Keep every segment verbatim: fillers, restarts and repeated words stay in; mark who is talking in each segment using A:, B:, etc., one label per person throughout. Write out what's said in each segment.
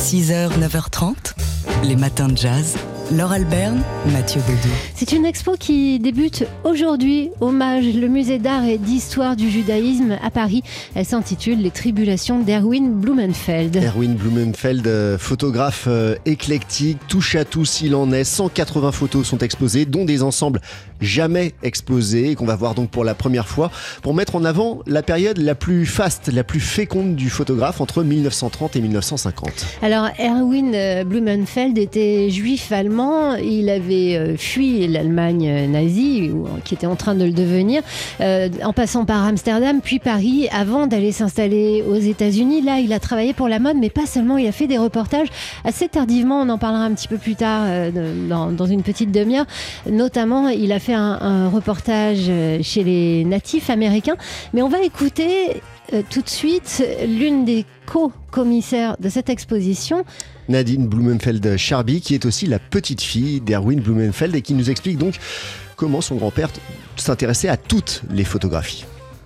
A: six heures, neuf heures trente, les matins de jazz. Laure Alberne, Mathieu Baudou.
B: C'est une expo qui débute aujourd'hui. Hommage, le musée d'art et d'histoire du judaïsme à Paris. Elle s'intitule Les tribulations d'Erwin Blumenfeld.
C: Erwin Blumenfeld, photographe euh, éclectique, touche à tout s'il en est. cent quatre-vingts photos sont exposées, dont des ensembles jamais exposés, qu'on va voir donc pour la première fois, pour mettre en avant la période la plus faste, la plus féconde du photographe entre mille neuf cent trente et mille neuf cent cinquante.
B: Alors, Erwin Blumenfeld était juif allemand. Il avait fui l'Allemagne nazie, qui était en train de le devenir, euh, en passant par Amsterdam, puis Paris, avant d'aller s'installer aux États-Unis. Là, il a travaillé pour la mode, mais pas seulement. Il a fait des reportages assez tardivement. On en parlera un petit peu plus tard, euh, dans, dans une petite demi-heure. Notamment, il a fait un, un reportage chez les natifs américains. Mais on va écouter euh, tout de suite l'une des co-commissaires de cette exposition,
C: Nadine Blumenfeld-Charby, qui est aussi la petite fille d'Erwin Blumenfeld et qui nous explique donc comment son grand-père s'intéressait à toutes les photographies.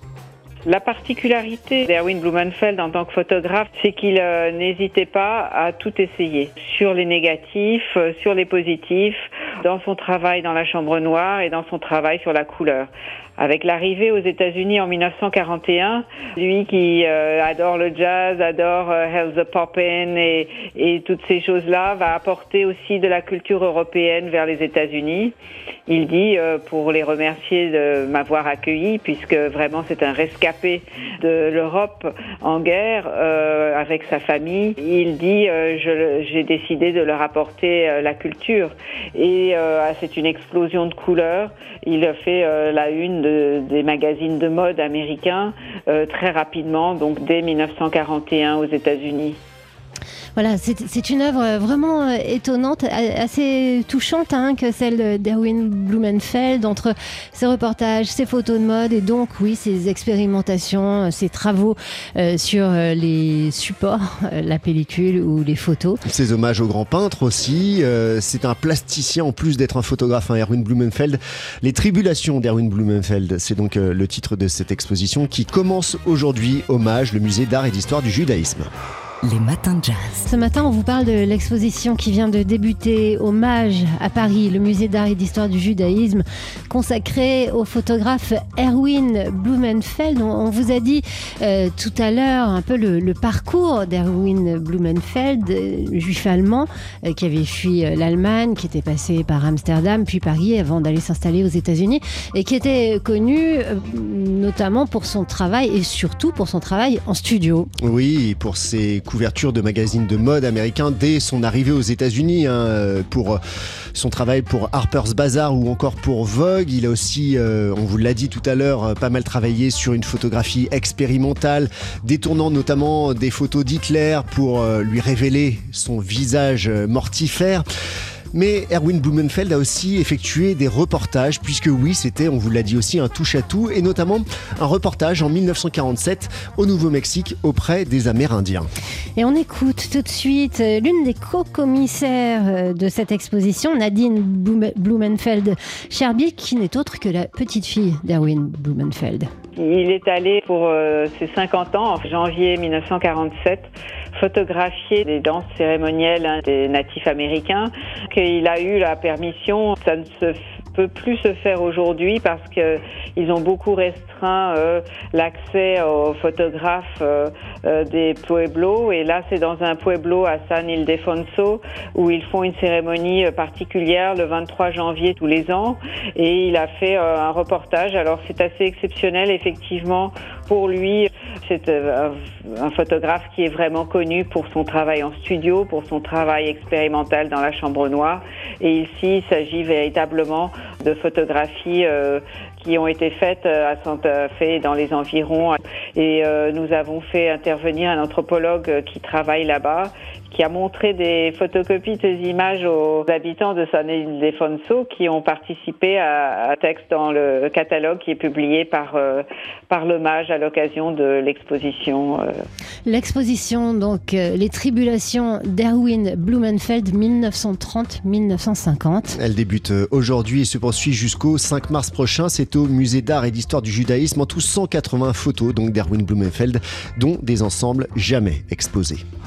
D: La particularité d'Erwin Blumenfeld en tant que photographe, c'est qu'il euh, n'hésitait pas à tout essayer. Sur les négatifs, euh, sur les positifs, dans son travail dans la chambre noire et dans son travail sur la couleur. Avec l'arrivée aux États-Unis en mille neuf cent quarante et un, lui qui euh, adore le jazz, adore euh, Hell's a Poppin' et, et toutes ces choses-là, va apporter aussi de la culture européenne vers les États-Unis. Il dit, euh, pour les remercier de m'avoir accueilli, puisque vraiment c'est un rescapé de l'Europe en guerre euh, avec sa famille, il dit euh, je, j'ai décidé de leur apporter euh, la culture. Et euh, c'est une explosion de couleurs. Il fait euh, la une de, des magazines de mode américains euh, très rapidement, donc dès mille neuf cent quarante et un aux États-Unis.
B: Voilà, c'est, c'est une œuvre vraiment étonnante, assez touchante, hein, que celle d'Erwin Blumenfeld, entre ses reportages, ses photos de mode et donc, oui, ses expérimentations, ses travaux euh, sur les supports, euh, la pellicule ou les photos.
C: Ses hommages au grand peintre aussi. Euh, c'est un plasticien en plus d'être un photographe, hein, Erwin Blumenfeld. Les tribulations d'Erwin Blumenfeld, c'est donc euh, le titre de cette exposition qui commence aujourd'hui. Hommage, le musée d'art et d'histoire du judaïsme.
A: Les matins de jazz.
B: Ce matin, on vous parle de l'exposition qui vient de débuter, Hommage à Paris, le musée d'art et d'histoire du judaïsme, consacré au photographe Erwin Blumenfeld. On, on vous a dit euh, tout à l'heure un peu le, le parcours d'Erwin Blumenfeld, euh, juif allemand, euh, qui avait fui euh, l'Allemagne, qui était passé par Amsterdam, puis Paris, avant d'aller s'installer aux États-Unis, et qui était connu euh, notamment pour son travail, et surtout pour son travail en studio.
C: Oui, pour ses couverture de magazines de mode américains dès son arrivée aux États-Unis, hein, pour son travail pour Harper's Bazaar ou encore pour Vogue. Il a aussi, euh, on vous l'a dit tout à l'heure, pas mal travaillé sur une photographie expérimentale, détournant notamment des photos d'Hitler pour euh, lui révéler son visage mortifère. Mais Erwin Blumenfeld a aussi effectué des reportages, puisque oui, c'était, on vous l'a dit aussi, un touche-à-tout, et notamment un reportage en mille neuf cent quarante-sept au Nouveau-Mexique auprès des Amérindiens.
B: Et on écoute tout de suite l'une des co-commissaires de cette exposition, Nadine Blumenfeld-Charby, qui n'est autre que la petite fille d'Erwin Blumenfeld.
D: Il est allé pour euh, ses cinquante ans, en janvier mille neuf cent quarante-sept, photographier les danses cérémonielles, hein, des natifs américains. Qu'il a eu la permission, ça ne se peut plus se faire aujourd'hui parce que ils ont beaucoup restreint euh, l'accès aux photographes euh, euh, des pueblos, et là c'est dans un pueblo à San Ildefonso où ils font une cérémonie particulière le vingt-trois janvier tous les ans, et il a fait euh, un reportage. Alors c'est assez exceptionnel effectivement pour lui. C'est euh, un photographe qui est vraiment connu pour son travail en studio, pour son travail expérimental dans la chambre noire, et ici il s'agit véritablement de photographies euh, qui ont été faites à Santa Fe dans les environs, et euh, nous avons fait intervenir un anthropologue qui travaille là-bas, qui a montré des photocopies de ces images aux habitants de San Ildefonso qui ont participé à un texte dans le catalogue qui est publié par, euh, par l'hommage à l'occasion de l'exposition. Euh.
B: L'exposition, donc, euh, Les tribulations d'Erwin Blumenfeld, mille neuf cent trente à mille neuf cent cinquante.
C: Elle débute aujourd'hui et se poursuit jusqu'au cinq mars prochain. C'est au musée d'art et d'histoire du judaïsme. En tout, cent quatre-vingts photos donc d'Erwin Blumenfeld, dont des ensembles jamais exposés.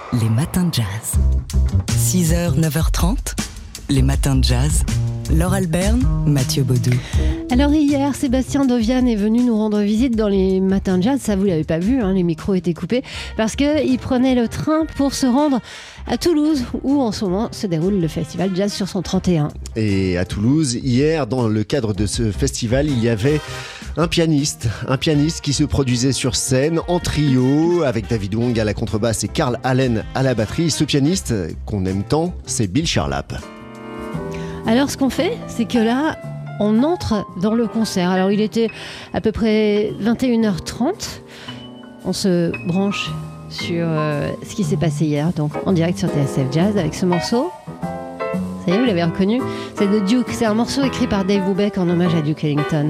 A: les matins de jazz. six heures, neuf heures trente, les matins de jazz. Laure Alberne, Mathieu Baudou.
B: Alors hier, Sébastien Dovian est venu nous rendre visite dans les matins de jazz. Ça, vous l'avez pas vu, hein, les micros étaient coupés. Parce qu'il prenait le train pour se rendre à Toulouse, où en ce moment se déroule le festival Jazz sur son trente et un.
C: Et à Toulouse, hier, dans le cadre de ce festival, il y avait un pianiste. Un pianiste qui se produisait sur scène en trio, avec David Wong à la contrebasse et Carl Allen à la batterie. Ce pianiste qu'on aime tant, c'est Bill Charlap.
B: Alors ce qu'on fait, c'est que là, on entre dans le concert. Alors il était à peu près vingt et une heures trente. On se branche sur euh, ce qui s'est passé hier, donc en direct sur T S F Jazz avec ce morceau. Ça y est, vous l'avez reconnu. C'est de Duke. C'est un morceau écrit par Dave Brubeck en hommage à Duke Ellington.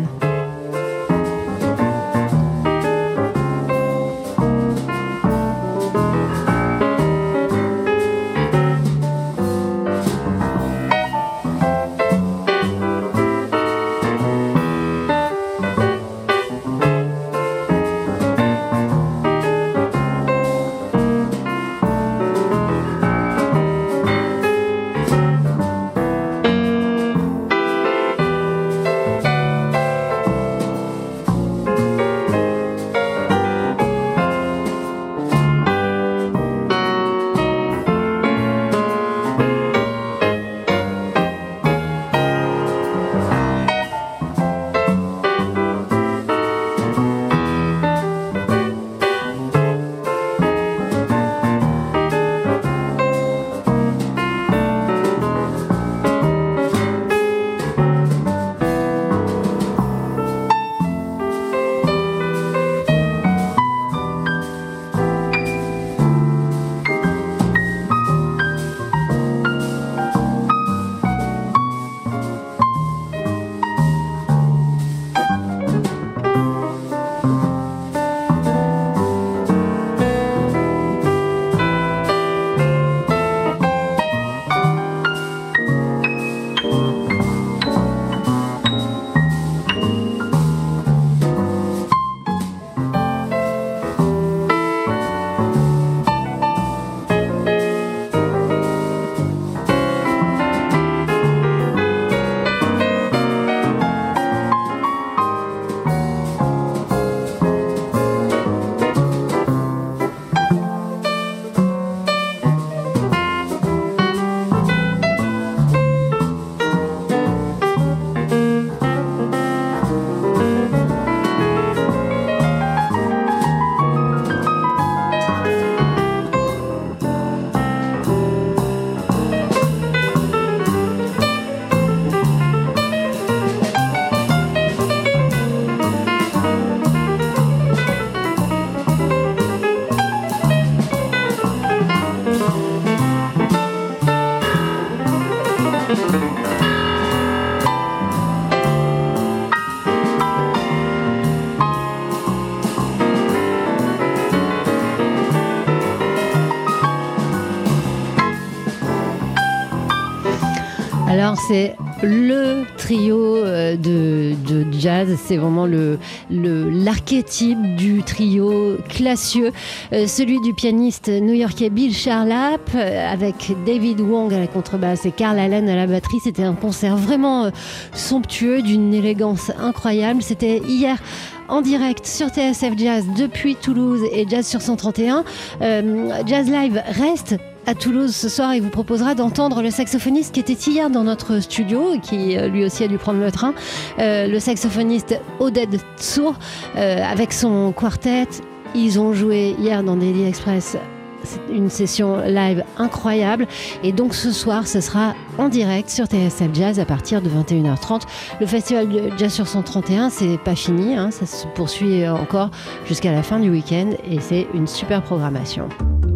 B: Alors c'est le trio de, de jazz, c'est vraiment le, le, l'archétype du trio classieux, euh, celui du pianiste new-yorkais Bill Charlap euh, avec David Wong à la contrebasse et Carl Allen à la batterie. C'était un concert vraiment euh, somptueux, d'une élégance incroyable. C'était hier en direct sur T S F Jazz depuis Toulouse et Jazz sur cent trente et un. Euh, Jazz Live reste à Toulouse ce soir et vous proposera d'entendre le saxophoniste qui était hier dans notre studio et qui lui aussi a dû prendre le train, euh, le saxophoniste Oded Tsour euh, avec son quartet. Ils ont joué hier dans Daily Express. C'est une session live incroyable et donc ce soir ce sera en direct sur T S F Jazz à partir de vingt et une heures trente. Le festival de Jazz sur cent trente et un, c'est pas fini, hein, ça se poursuit encore jusqu'à la fin du week-end et c'est une super programmation.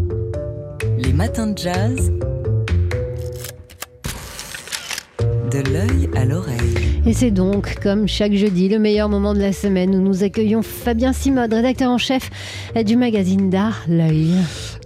A: Les matins de jazz, de l'œil à l'oreille.
B: Et c'est donc, comme chaque jeudi, le meilleur moment de la semaine où nous accueillons Fabien Simode, rédacteur en chef du magazine d'art L'œil.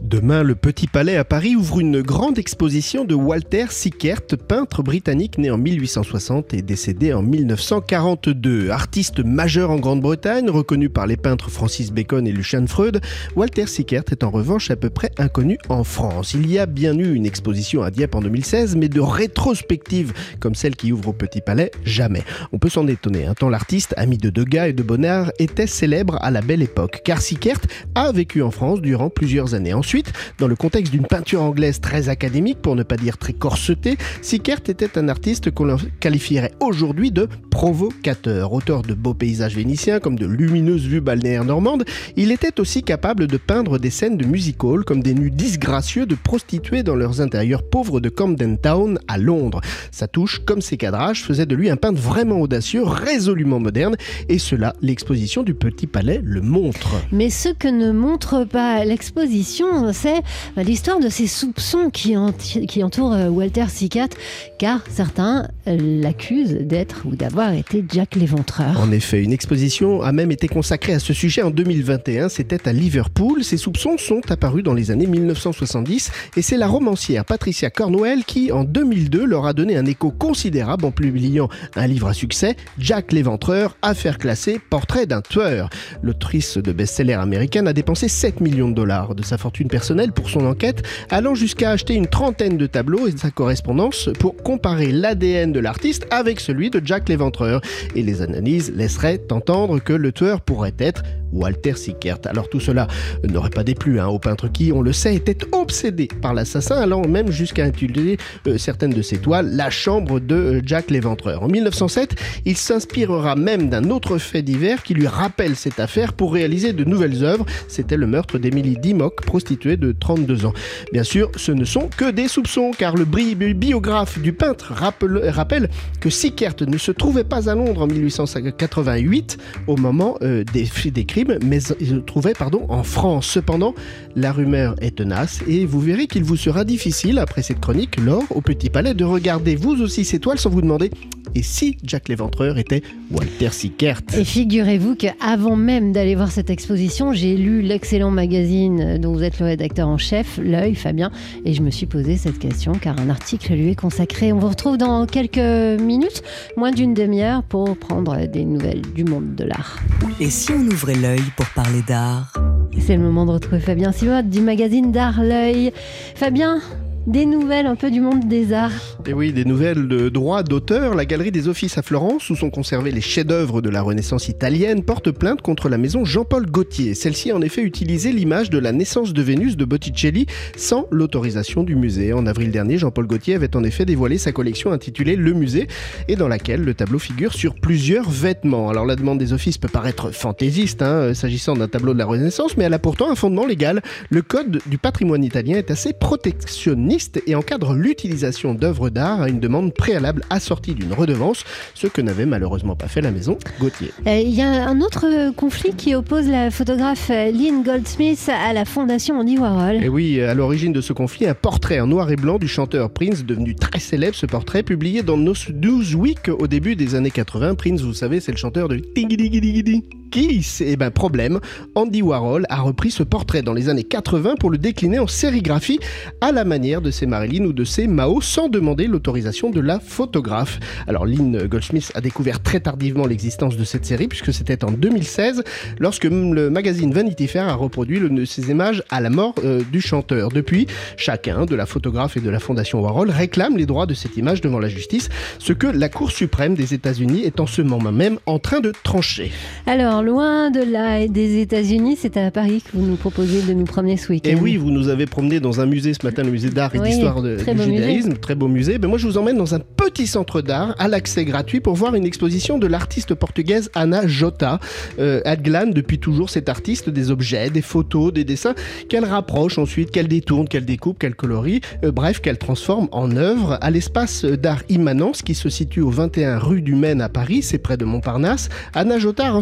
E: Demain, le Petit Palais à Paris ouvre une grande exposition de Walter Sickert, peintre britannique né en mille huit cent soixante et décédé en mille neuf cent quarante-deux. Artiste majeur en Grande-Bretagne, reconnu par les peintres Francis Bacon et Lucian Freud, Walter Sickert est en revanche à peu près inconnu en France. Il y a bien eu une exposition à Dieppe en deux mille seize, mais de rétrospective comme celle qui ouvre au Petit Palais, jamais. On peut s'en étonner, hein, tant l'artiste, ami de Degas et de Bonnard, était célèbre à la Belle Époque, car Sickert a vécu en France durant plusieurs années. Ensuite, dans le contexte d'une peinture anglaise très académique, pour ne pas dire très corsetée, Sickert était un artiste qu'on qualifierait aujourd'hui de provocateur. Auteur de beaux paysages vénitiens comme de lumineuses vues balnéaires normandes, il était aussi capable de peindre des scènes de music hall comme des nus disgracieux de prostituées dans leurs intérieurs pauvres de Camden Town à Londres. Sa touche, comme ses cadrages, faisait de lui un peintre vraiment audacieux, résolument moderne, et cela, l'exposition du Petit Palais le montre.
B: Mais ce que ne montre pas l'exposition, c'est l'histoire de ces soupçons qui, ent- qui entourent Walter Sickert, car certains l'accusent d'être ou d'avoir été Jack l'Éventreur.
E: En effet, une exposition a même été consacrée à ce sujet en deux mille vingt et un, c'était à Liverpool. Ces soupçons sont apparus dans les années mille neuf cent soixante-dix et c'est la romancière Patricia Cornwell qui, en deux mille deux, leur a donné un écho considérable en publiant un livre à succès, Jack l'Éventreur, affaire classée, portrait d'un tueur. L'autrice de best-seller américaine a dépensé sept millions de dollars de sa fortune personnelle pour son enquête, allant jusqu'à acheter une trentaine de tableaux et de sa correspondance pour comparer l'A D N de l'artiste avec celui de Jack l'Éventreur. Et les analyses laisseraient entendre que le tueur pourrait être Walter Sickert. Alors tout cela n'aurait pas déplu hein, au peintre qui, on le sait, était obsédé par l'assassin, allant même jusqu'à intituler euh, certaines de ses toiles La chambre de euh, Jack l'Éventreur. En mille neuf cent sept, il s'inspirera même d'un autre fait divers qui lui rappelle cette affaire pour réaliser de nouvelles œuvres. C'était le meurtre d'Emily Dimmock, prostituée de trente-deux ans. Bien sûr, ce ne sont que des soupçons, car le bi- biographe du peintre rappelle, rappelle que Sickert ne se trouvait pas à Londres en mille huit cent quatre-vingt-huit au moment euh, des, des crimes, mais il se trouvait pardon, en France. Cependant, la rumeur est tenace et vous verrez qu'il vous sera difficile, après cette chronique, Laure, au Petit Palais, de regarder vous aussi ces toiles sans vous demander et si Jack l'Éventreur était Walter Sickert.
B: Et figurez-vous qu'avant même d'aller voir cette exposition, j'ai lu l'excellent magazine dont vous êtes le rédacteur en chef, L'Œil, Fabien, et je me suis posé cette question car un article lui est consacré. On vous retrouve dans quelques minutes, moins d'une demi-heure, pour prendre des nouvelles du monde de l'art.
A: Et si on ouvrait l'œil pour parler d'art ?
B: C'est le moment de retrouver Fabien Simode du magazine d'art L'Œil. Fabien, des nouvelles un peu du monde des arts.
E: Et oui, des nouvelles de droits d'auteur. La Galerie des Offices à Florence, où sont conservés les chefs-d'œuvre de la Renaissance italienne, porte plainte contre la maison Jean-Paul Gaultier. Celle-ci a en effet utilisé l'image de la naissance de Vénus de Botticelli sans l'autorisation du musée. En avril dernier, Jean-Paul Gaultier avait en effet dévoilé sa collection intitulée Le Musée, et dans laquelle le tableau figure sur plusieurs vêtements. Alors la demande des offices peut paraître fantaisiste, hein, s'agissant d'un tableau de la Renaissance, mais elle a pourtant un fondement légal. Le code du patrimoine italien est assez protectionniste et encadre l'utilisation d'œuvres d'art à une demande préalable assortie d'une redevance, ce que n'avait malheureusement pas fait la maison Gaultier.
B: Il euh, y a un autre conflit qui oppose la photographe Lynn Goldsmith à la fondation Andy Warhol.
E: Et oui, à l'origine de ce conflit, un portrait en noir et blanc du chanteur Prince, devenu très célèbre. Ce portrait, publié dans Newsweek au début des années quatre-vingts. Prince, vous savez, c'est le chanteur de Tiggy Kiss. Et ben problème, Andy Warhol a repris ce portrait dans les années quatre-vingts pour le décliner en sérigraphie à la manière de ses Marilyn ou de ses Mao, sans demander l'autorisation de la photographe. Alors Lynn Goldsmith a découvert très tardivement l'existence de cette série, puisque c'était en deux mille seize, lorsque le magazine Vanity Fair a reproduit l'une de ces images à la mort euh, du chanteur. Depuis, chacun, de la photographe et de la fondation Warhol, réclame les droits de cette image devant la justice, ce que la Cour suprême des États-Unis est en ce moment même en train de trancher.
B: Alors, loin de là et des États-Unis, c'est à Paris que vous nous proposez de nous promener ce week-end.
E: Et oui, vous nous avez promené dans un musée ce matin, le musée d'art et
B: oui,
E: d'histoire de, du judaïsme, musée. Très beau musée. Ben moi, je vous emmène dans un petit centre d'art à l'accès gratuit pour voir une exposition de l'artiste portugaise Ana Jota. Euh, elle glane depuis toujours, cette artiste, des objets, des photos, des dessins qu'elle rapproche ensuite, qu'elle détourne, qu'elle découpe, qu'elle colorie, euh, bref, qu'elle transforme en œuvre. À l'espace d'art Immanence qui se situe au vingt et un rue du Maine à Paris, c'est près de Montparnasse, Ana Jota a rassemblé une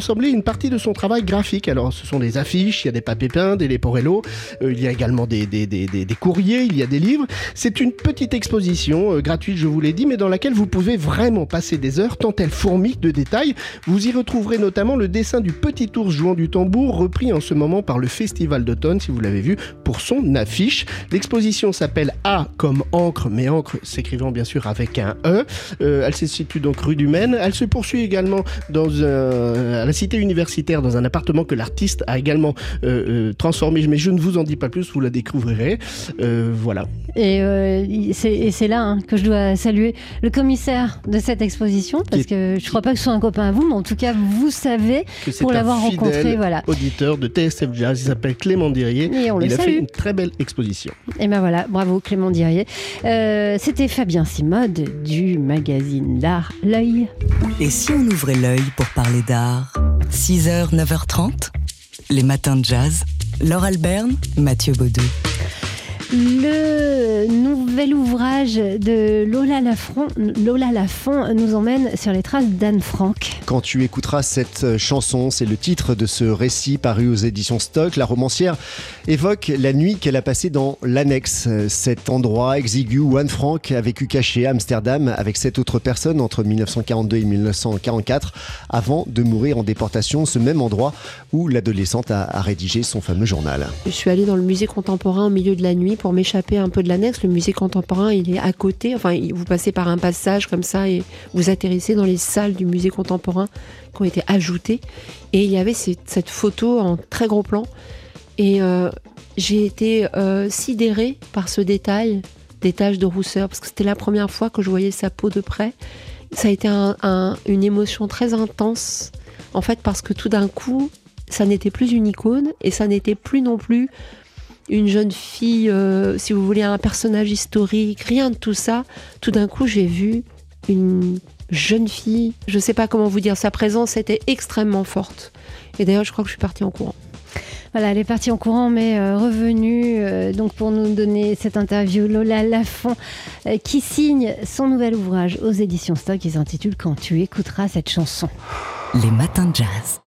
E: une partie de son travail graphique. Alors, ce sont des affiches, il y a des papiers peints, des leporello, euh, il y a également des, des, des, des, des courriers, il y a des livres. C'est une petite exposition euh, gratuite, je vous l'ai dit, mais dans laquelle vous pouvez vraiment passer des heures, tant elle fourmille de détails. Vous y retrouverez notamment le dessin du petit ours jouant du tambour, repris en ce moment par le Festival d'automne, si vous l'avez vu, pour son affiche. L'exposition s'appelle A comme encre, mais encre s'écrivant bien sûr avec un E. Euh, elle se situe donc rue du Maine. Elle se poursuit également dans un, à la cité universitaire, dans un appartement que l'artiste a également euh, euh, transformé, mais je ne vous en dis pas plus, vous la découvrirez. Euh, voilà.
B: Et, euh, c'est, et c'est là hein, que je dois saluer le commissaire de cette exposition, parce que je ne crois pas que ce soit un copain à vous, mais en tout cas, vous savez,
E: que c'est
B: pour l'avoir
E: un fidèle
B: rencontré, voilà.
E: auditeur de T S F Jazz, il s'appelle Clément Dirier.
B: Et on
E: il
B: le
E: a
B: salue.
E: fait une très belle exposition.
B: Et ben voilà, bravo Clément Dirier. Euh, c'était Fabien Simode du magazine d'art L'Œil.
A: Et si on ouvrait l'œil pour parler d'art? six heures, neuf heures trente, les matins de jazz. Laure Alberne, Mathieu Baudou.
B: Le nouvel ouvrage de Lola Lafont, Lola Lafont nous emmène sur les traces d'Anne Frank.
C: Quand tu écouteras cette chanson, c'est le titre de ce récit paru aux éditions Stock. La romancière évoque la nuit qu'elle a passée dans l'Annexe, cet endroit exigu où Anne Frank a vécu cachée à Amsterdam avec sept autres personnes entre dix-neuf cent quarante-deux et dix-neuf cent quarante-quatre, avant de mourir en déportation, ce même endroit où l'adolescente a, a rédigé son fameux journal.
F: Je suis allée dans le musée contemporain au milieu de la nuit pour m'échapper un peu de l'Annexe. Le musée contemporain, il est à côté. Enfin, vous passez par un passage comme ça et vous atterrissez dans les salles du musée contemporain qui ont été ajoutées. Et il y avait cette, cette photo en très gros plan. Et euh, j'ai été euh, sidérée par ce détail, des taches de rousseur, parce que c'était la première fois que je voyais sa peau de près. Ça a été un, un, une émotion très intense, en fait, parce que tout d'un coup, ça n'était plus une icône et ça n'était plus non plus une jeune fille, euh, si vous voulez, un personnage historique, rien de tout ça. Tout d'un coup, j'ai vu une jeune fille. Je ne sais pas comment vous dire, sa présence était extrêmement forte. Et d'ailleurs, je crois que je suis partie en courant.
B: Voilà, elle est partie en courant, mais euh, revenue euh, donc pour nous donner cette interview. Lola Lafont, euh, qui signe son nouvel ouvrage aux éditions Stock, qui s'intitule « Quand tu écouteras cette chanson ».
A: Les matins de jazz.